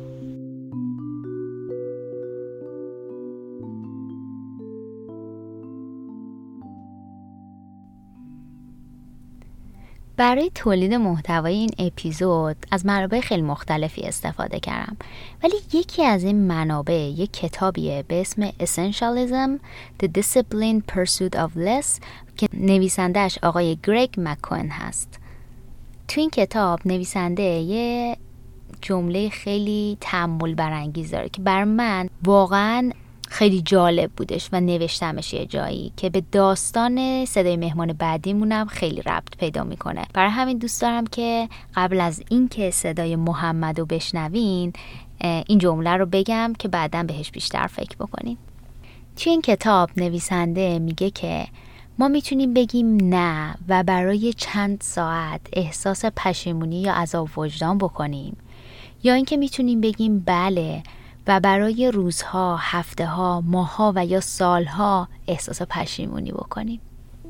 برای تولید محتوای این اپیزود از منابع خیلی مختلفی استفاده کردم، ولی یکی از این منابع یک کتابیه به اسم Essentialism: The Disciplined Pursuit of Less که نویسندهش آقای گرگ مک‌کوهن هست. تو این کتاب نویسنده یه جمله خیلی تأمل برانگیز داره که بر من واقعاً خیلی جالب بودش و نوشتمش یه جایی که به داستان صدای مهمان بعدیمونم خیلی ربط پیدا میکنه. برای همین دوست دارم که قبل از این که صدای محمد رو بشنوین این جمله رو بگم که بعداً بهش بیشتر فکر بکنین. توی این کتاب نویسنده میگه که ما میتونیم بگیم نه و برای چند ساعت احساس پشیمونی یا عذاب وجدان بکنیم، یا اینکه میتونیم بگیم بله و برای روزها، هفته‌ها، ماه‌ها و یا سال‌ها احساس پشیمونی بکنیم.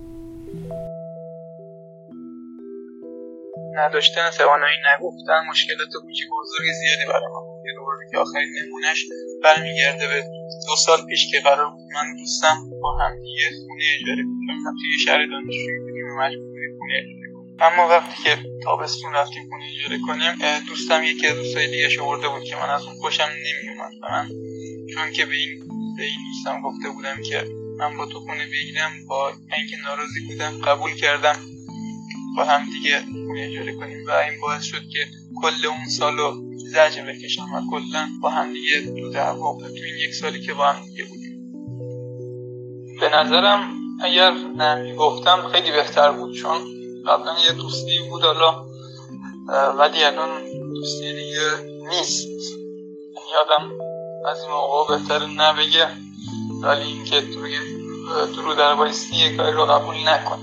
نداشتن توانایی نگفتن مشکلات کوچیک و بزرگ زیادی برای ما یه دوره که آخرین نمونهش برمیگرده به دو سال پیش که قرار بود من دوستم با هم دیگه خونه اجاره کنیم. توی شهر دانشجویی بودیم و مجبور بودیم خونه اجاره کنیم. اما وقتی که تابستون رفتیم خونه اجاره کنیم، دوستم یکی از دوستای دیگه‌ش آورده بود که من از اون خوشم نمیومد و من چون که به این به این دوستم گفته بودم که من با تو خونه بگیرم، با اینکه ناراضی بودم قبول کردم با هم دیگه خونه اجاره کنیم و این باعث شد که کل اون سالو زجر بکشم و کلا با هم دیگه تو دعوا تو این یک سالی که با هم دیگه بودیم. به نظرم اگر نمی گفتم خیلی بهتر بود، چون قبلا یه دوستی بود حالا ولی الان دوستی دیگه نیست. یادم از این موقع بهتر نبگه، ولی اینکه توی درو در بایستی یه کاری رو قبول نکنه.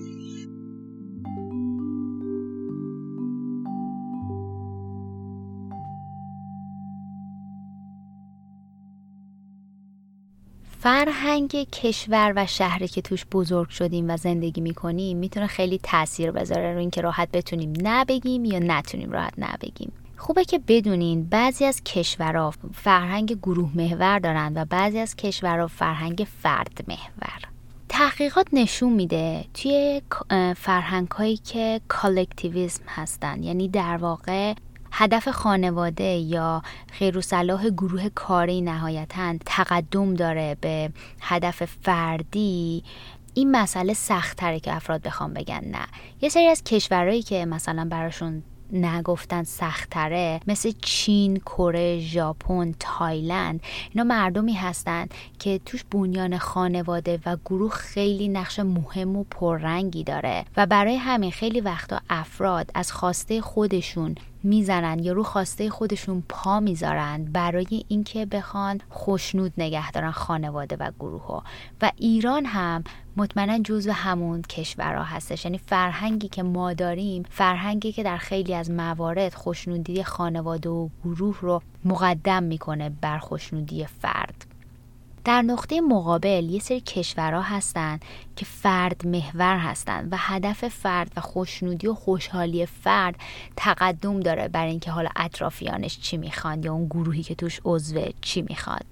فرهنگ کشور و شهری که توش بزرگ شدیم و زندگی میکنیم میتونه خیلی تأثیر بذاره رو اینکه راحت بتونیم نه بگیم یا نتونیم راحت نه بگیم. خوبه که بدونین بعضی از کشورها فرهنگ گروه محور دارن و بعضی از کشورها فرهنگ فرد محور. تحقیقات نشون میده توی فرهنگ‌هایی که کالکتیویسم هستن، یعنی در واقع هدف خانواده یا خیر و صلاح گروه کاری نهایتاً تقدم داره به هدف فردی، این مسئله سخت‌تره که افراد بخوام بگن نه. یه سری از کشورهایی که مثلا براشون نگفتن سخت‌تره مثل چین، کره، ژاپن، تایلند، اینا مردمی هستن که توش بنیان خانواده و گروه خیلی نقش مهم و پررنگی داره و برای همین خیلی وقتا افراد از خواسته خودشون میزنن یا رو خواسته خودشون پا میذارن برای اینکه بخوان خوشنود نگه دارن خانواده و گروه. و ایران هم مطمئنا جزو همون کشورها هستش، یعنی فرهنگی که ما داریم فرهنگی که در خیلی از موارد خوشنودی خانواده و گروه رو مقدم میکنه بر خوشنودی فرد. در نقطه مقابل یه سری کشورها هستن که فرد محور هستن و هدف فرد و خوشنودی و خوشحالی فرد تقدم داره برای اینکه حالا اطرافیانش چی میخوان یا اون گروهی که توش عضوه چی میخواد.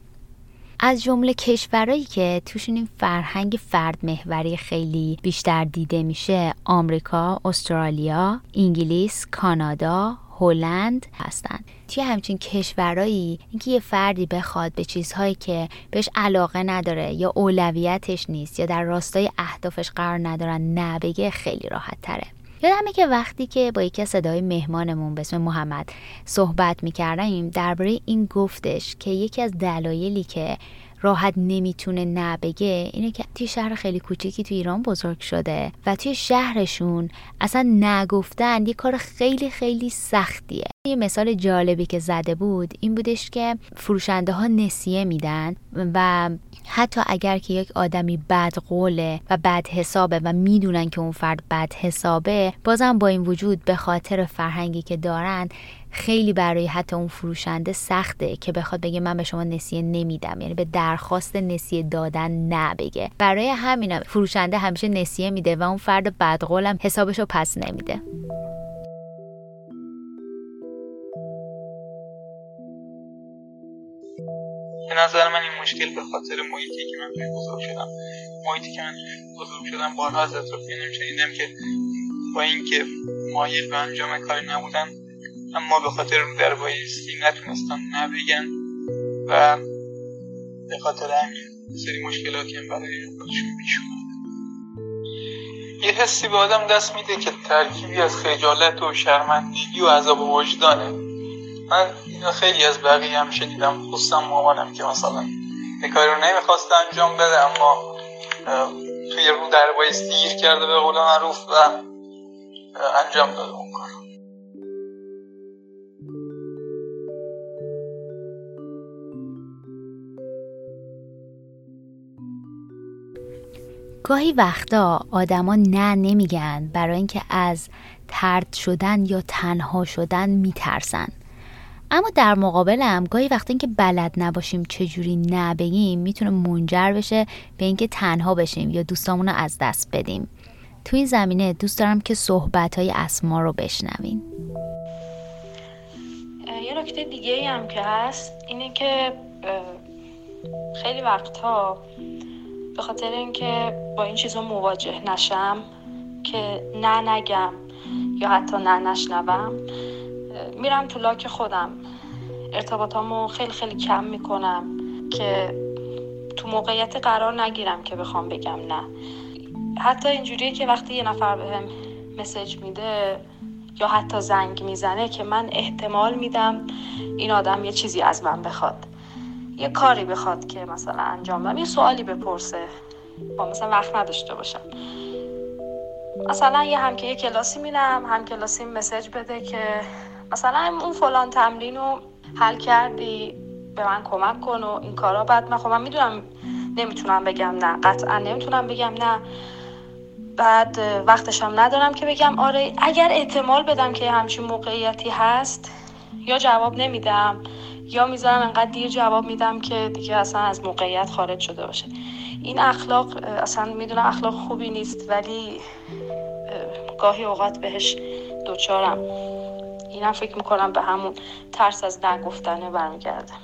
از جمله کشورهایی که توشون این فرهنگ فرد محوری خیلی بیشتر دیده میشه آمریکا، استرالیا، انگلیس، کانادا، هلند هستن. توی همچین کشورهایی اینکه یه فردی بخواد به چیزهایی که بهش علاقه نداره یا اولویتش نیست یا در راستای اهدافش قرار ندارن نبگه خیلی راحت تره. یادمه که وقتی که با یکی از صدای مهمانمون به اسم محمد صحبت میکردیم درباره این گفتش که یکی از دلایلی که راحت نمیتونه نه بگه اینه که توی شهر خیلی کوچیکی توی ایران بزرگ شده و توی شهرشون اصلا نگفتن یه کار خیلی خیلی سختیه. یه مثال جالبی که زده بود این بودش که فروشنده ها نسیه میدن و حتی اگر که یک آدمی بد قوله و بد حسابه و میدونن که اون فرد بد حسابه، بازم با این وجود به خاطر فرهنگی که دارن خیلی برای حتی اون فروشنده سخته که بخواد بگه من به شما نسیه نمیدم، یعنی به درخواست نسیه دادن نه بگه. برای همین فروشنده همیشه نسیه میده و اون فرد بدقولم حسابشو پس نمیده. به نظر من این مشکل به خاطر محیطی که من توی بزرگ شدم محیطی که من توی بزرگ شدم بارها از اطرافیانم شنیدم که با اینکه مایل به انجام کاری نبودن اما به خاطر رو در بایستی نتونستن نبگن و به خاطر همین سری مشکلاتی هم برای خودشون پیش اومد. یه حسی به آدم دست میده که ترکیبی از خجالت و شرمندگی و عذاب وجدانه. من اینو خیلی از بقیه هم شنیدم، خصوصا مامانم که مثلا یه کاری رو نمیخواست انجام بده اما توی رو در بایستی گیر کرده به قول معروف و انجام داده اون کار. گاهی وقتا آدما نه نمیگن برای اینکه از طرد شدن یا تنها شدن میترسن. اما در مقابلم گاهی وقتا اینکه بلد نباشیم چجوری نه بگیم میتونه منجر بشه به اینکه تنها بشیم یا دوستامون رو از دست بدیم. تو این زمینه دوست دارم که صحبت‌های اسما رو بشنوین. یه نکته دیگه هم که هست اینه که خیلی وقتها به خاطر اینکه با این چیزا مواجه نشم که نه نگم یا حتی نه نشنوم، میرم تو لاک خودم، ارتباطامو خیلی خیلی کم میکنم که تو موقعیت قرار نگیرم که بخوام بگم نه. حتی اینجوریه که وقتی یه نفر بهم مسیج میده یا حتی زنگ میزنه که من احتمال میدم این آدم یه چیزی از من بخواد، یه کاری بخواد که مثلا انجام بدم، یه سوالی بپرسه، با مثلا وقت نداشته باشم. مثلا یه هم که یه کلاسی میرم، هم کلاسی مسیج بده که مثلا اون فلان تمرین رو حل کردی به من کمک کن و این کارا. بعد من خب من میدونم نمیتونم بگم نه، قطعا نمیتونم بگم نه، بعد وقتشم ندارم که بگم آره. اگر احتمال بدم که همچین موقعیتی هست یا جواب نمیدم یا میذارم انقدر دیر جواب میدم که دیگه اصلا از موقعیت خارج شده باشه. این اخلاق اصلا میدونم اخلاق خوبی نیست ولی گاهی اوقات بهش دوچارم. اینم فکر میکنم به همون ترس از نگفتنه برمیگرده.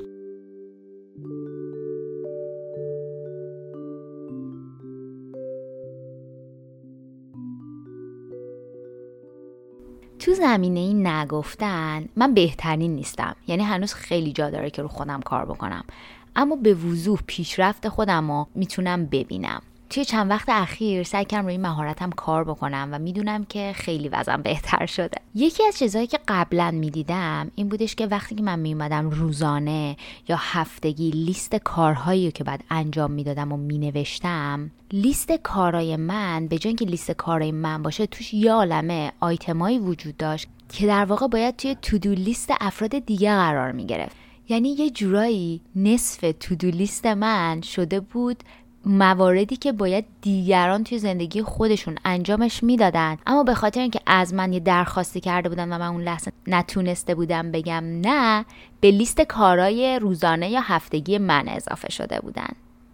تو زمینه این نگفتن من بهترین نیستم، یعنی هنوز خیلی جا داره که رو خودم کار بکنم، اما به وضوح پیشرفت خودم رو میتونم ببینم. توی چند وقت اخیر سعی کردم روی مهارتم کار بکنم و میدونم که خیلی وضعم بهتر شده. یکی از چیزهایی که قبلا میدیدم این بودش که وقتی که من میومدم روزانه یا هفتگی لیست کارهایی که بعد انجام میدادم و مینوشتم، لیست کارهای من به جای اینکه لیست کارهای من باشه توش یه عالمه آیتمایی وجود داشت که در واقع باید توی تودو لیست افراد دیگه قرار میگرفت. یعنی یه جورایی نصف تودو لیست من شده بود مواردی که باید دیگران توی زندگی خودشون انجامش میدادن، اما به خاطر اینکه از من یه درخواستی کرده بودن و من اون لحظه نتونسته بودم بگم نه، به لیست کارهای روزانه یا هفتگی من اضافه شده بودن.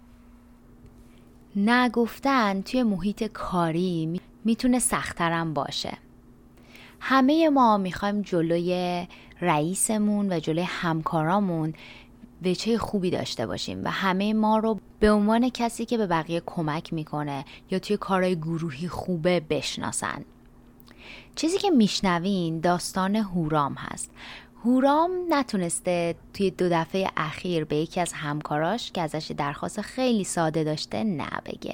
نگفتن توی محیط کاری میتونه سخت‌ترم باشه. همه ما میخوایم جلوی رئیسمون و جلوی همکارامون وجه خوبی داشته باشیم و همه ما رو به عنوان کسی که به بقیه کمک میکنه یا توی کارهای گروهی خوبه بشناسن. چیزی که میشنوین داستان هورام هست. هورام نتونسته توی دو دفعه اخیر به یکی از همکاراش که ازش درخواست خیلی ساده داشته نه بگه.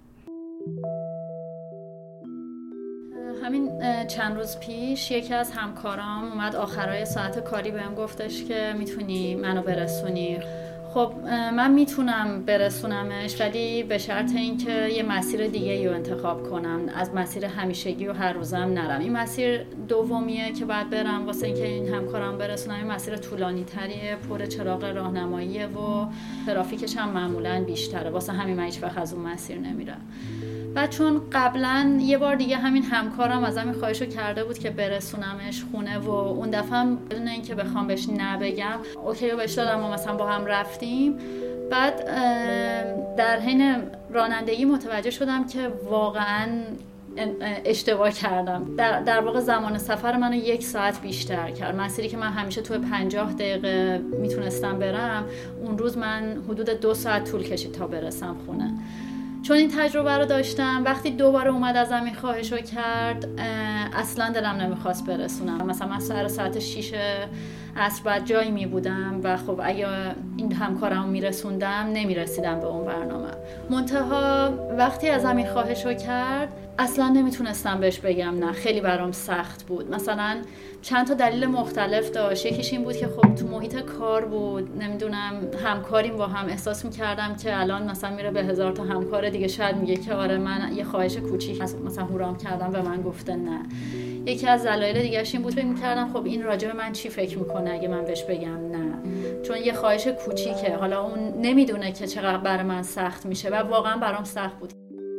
همین چند روز پیش یکی از همکارام اومد آخرای ساعت کاری بهم گفتش که میتونی منو برسونی. خب من میتونم برسونمش، ولی به شرط اینکه یه مسیر دیگه رو انتخاب کنم، از مسیر همیشگی و هر روزم نرم. این مسیر دومیه که باید برم واسه اینکه این همکارم برسونم. این مسیر طولانی تریه، پر چراغ راهنماییه و ترافیکش هم معمولاً بیشتره، واسه همین من هیچ وقت از اون مسیر نمیرم. و چون قبلا یه بار دیگه همین همکارم ازم این خواهشو کرده بود که برسونمش خونه و اون دفعه هم بدون اینکه بخوام بهش نبگم اوکی رو بهش دادم و مثلا با هم رفتیم. بعد در حین رانندگی متوجه شدم که واقعا اشتباه کردم. در, در واقع زمان سفر منو یک ساعت بیشتر کرد. مسیری که من همیشه توی پنجاه دقیقه میتونستم برم، اون روز من حدود دو ساعت طول کشید تا برسم خونه. چون این تجربه رو داشتم، وقتی دوباره اومد ازم این خواهشو کرد اصلا دلم نمیخواست برسونم. مثلا من سر ساعت شیش عصر بعد جایی می بودم و خب اگه این همکارمو میرسوندم نمیرسیدم به اون برنامه. منتها وقتی ازم این خواهشو کرد اصلا نمیتونستم بهش بگم نه. خیلی برام سخت بود. مثلا چند تا دلیل مختلف داشت. یکیش این بود که خب تو محیط کار بود، نمیدونم همکاریم با هم، احساس میکردم که الان مثلا میره به هزار تا همکار دیگه شاید میگه که آره من یه خواهش کوچیک مثلا هورام کردم و من گفته نه. یکی از دلایل دیگه‌اش این بود فکر می‌کردم خب این راجع به من چی فکر می‌کنه اگه من بهش بگم نه، چون یه خواهش کوچیکه، حالا اون نمیدونه که چقدر برای من سخت میشه و واقعا برام سخت بود.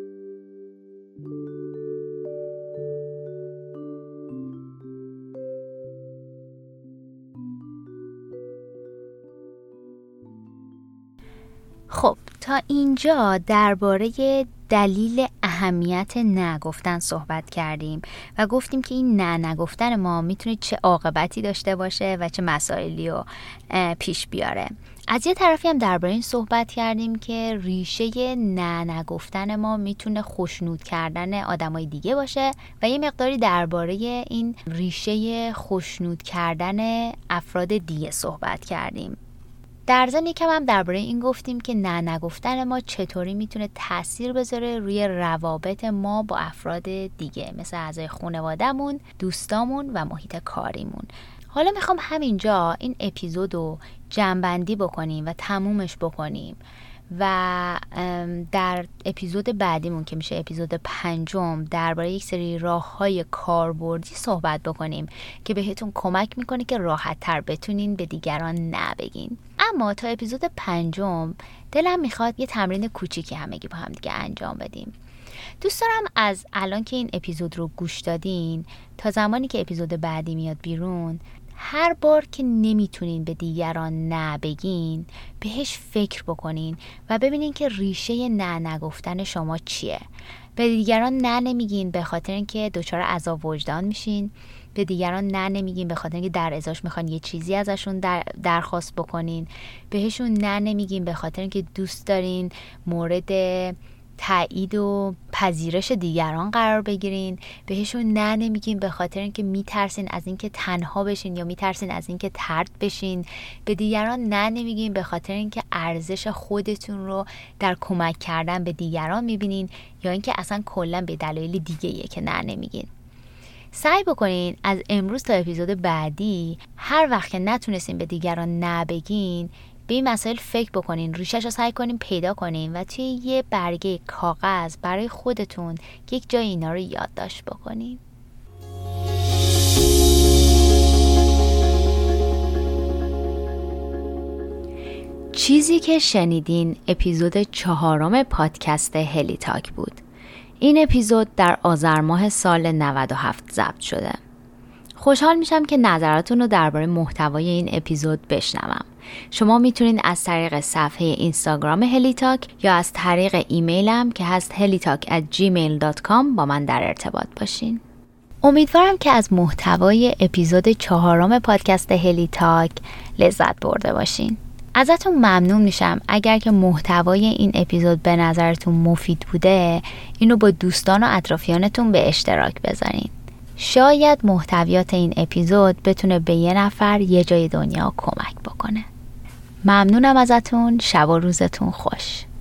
خب تا اینجا درباره دلیل اهمیت نه گفتن صحبت کردیم و گفتیم که این نه نگفتن ما میتونه چه عاقبتی داشته باشه و چه مسائلی رو پیش بیاره. از یه طرفی هم درباره این صحبت کردیم که ریشه نه نگفتن ما میتونه خوشنود کردن آدمای دیگه باشه و یه مقداری درباره این ریشه خوشنود کردن افراد دیگه صحبت کردیم. در ضمن یکم هم درباره این گفتیم که نه نگفتن ما چطوری میتونه تاثیر بذاره روی روابط ما با افراد دیگه، مثل اعضای خانواده‌مون، دوستامون و محیط کاریمون. حالا میخوام همینجا این اپیزودو جمع‌بندی بکنیم و تمومش بکنیم و در اپیزود بعدیمون که میشه اپیزود پنجم درباره یک سری راه‌های کاربردی صحبت بکنیم که بهتون کمک میکنه که راحت‌تر بتونین به دیگران نه بگین. اما تا اپیزود پنجم دلم میخواد یه تمرین کوچیکی همگی با هم دیگه انجام بدیم. دوست دارم از الان که این اپیزود رو گوش دادین تا زمانی که اپیزود بعدی میاد بیرون، هر بار که نمیتونین به دیگران نه بگین بهش فکر بکنین و ببینین که ریشه نه نگفتن شما چیه. به دیگران نه نمیگین به خاطر اینکه دچار عذاب وجدان میشین، به دیگران نه نمیگین به خاطر اینکه در ازاش میخوان یه چیزی ازشون در درخواست بکنین، بهشون نه نمیگین به خاطر اینکه دوست دارین مورد تایید و پذیرش دیگران قرار بگیرین، بهشون نه نمیگین به خاطر اینکه میترسین از اینکه تنها بشین یا میترسین از اینکه طرد بشین، به دیگران نه نمیگین به خاطر اینکه ارزش خودتون رو در کمک کردن به دیگران میبینین یا اینکه اصلا کلا به دلایل دیگه‌ایه که نه نمیگین. سعی بکنین از امروز تا اپیزود بعدی هر وقت که نتونستین به دیگران نه بگین به این مسائل فکر بکنین، ریشه‌ش رو سعی کنین پیدا کنین و توی یه برگه کاغذ برای خودتون یک جای اینا رو یادداشت بکنین. چیزی که شنیدین اپیزود چهارم پادکست هلی تاک بود. این اپیزود در آذر ماه سال نود و هفت ضبط شده. خوشحال میشم که نظراتتون رو درباره محتوای این اپیزود بشنوم. شما میتونید از طریق صفحه اینستاگرام هلی تاک یا از طریق ایمیلم که هست هلی تاک ات جیمیل دات کام با من در ارتباط باشین. امیدوارم که از محتوای اپیزود چهارم پادکست هلی تاک لذت برده باشین. ازتون ممنون میشم اگر که محتوای این اپیزود به نظرتون مفید بوده اینو با دوستان و اطرافیانتون به اشتراک بذارین. شاید محتویات این اپیزود بتونه به یه نفر یه جای دنیا کمک بکنه. ممنونم ازتون. شب و روزتون خوش.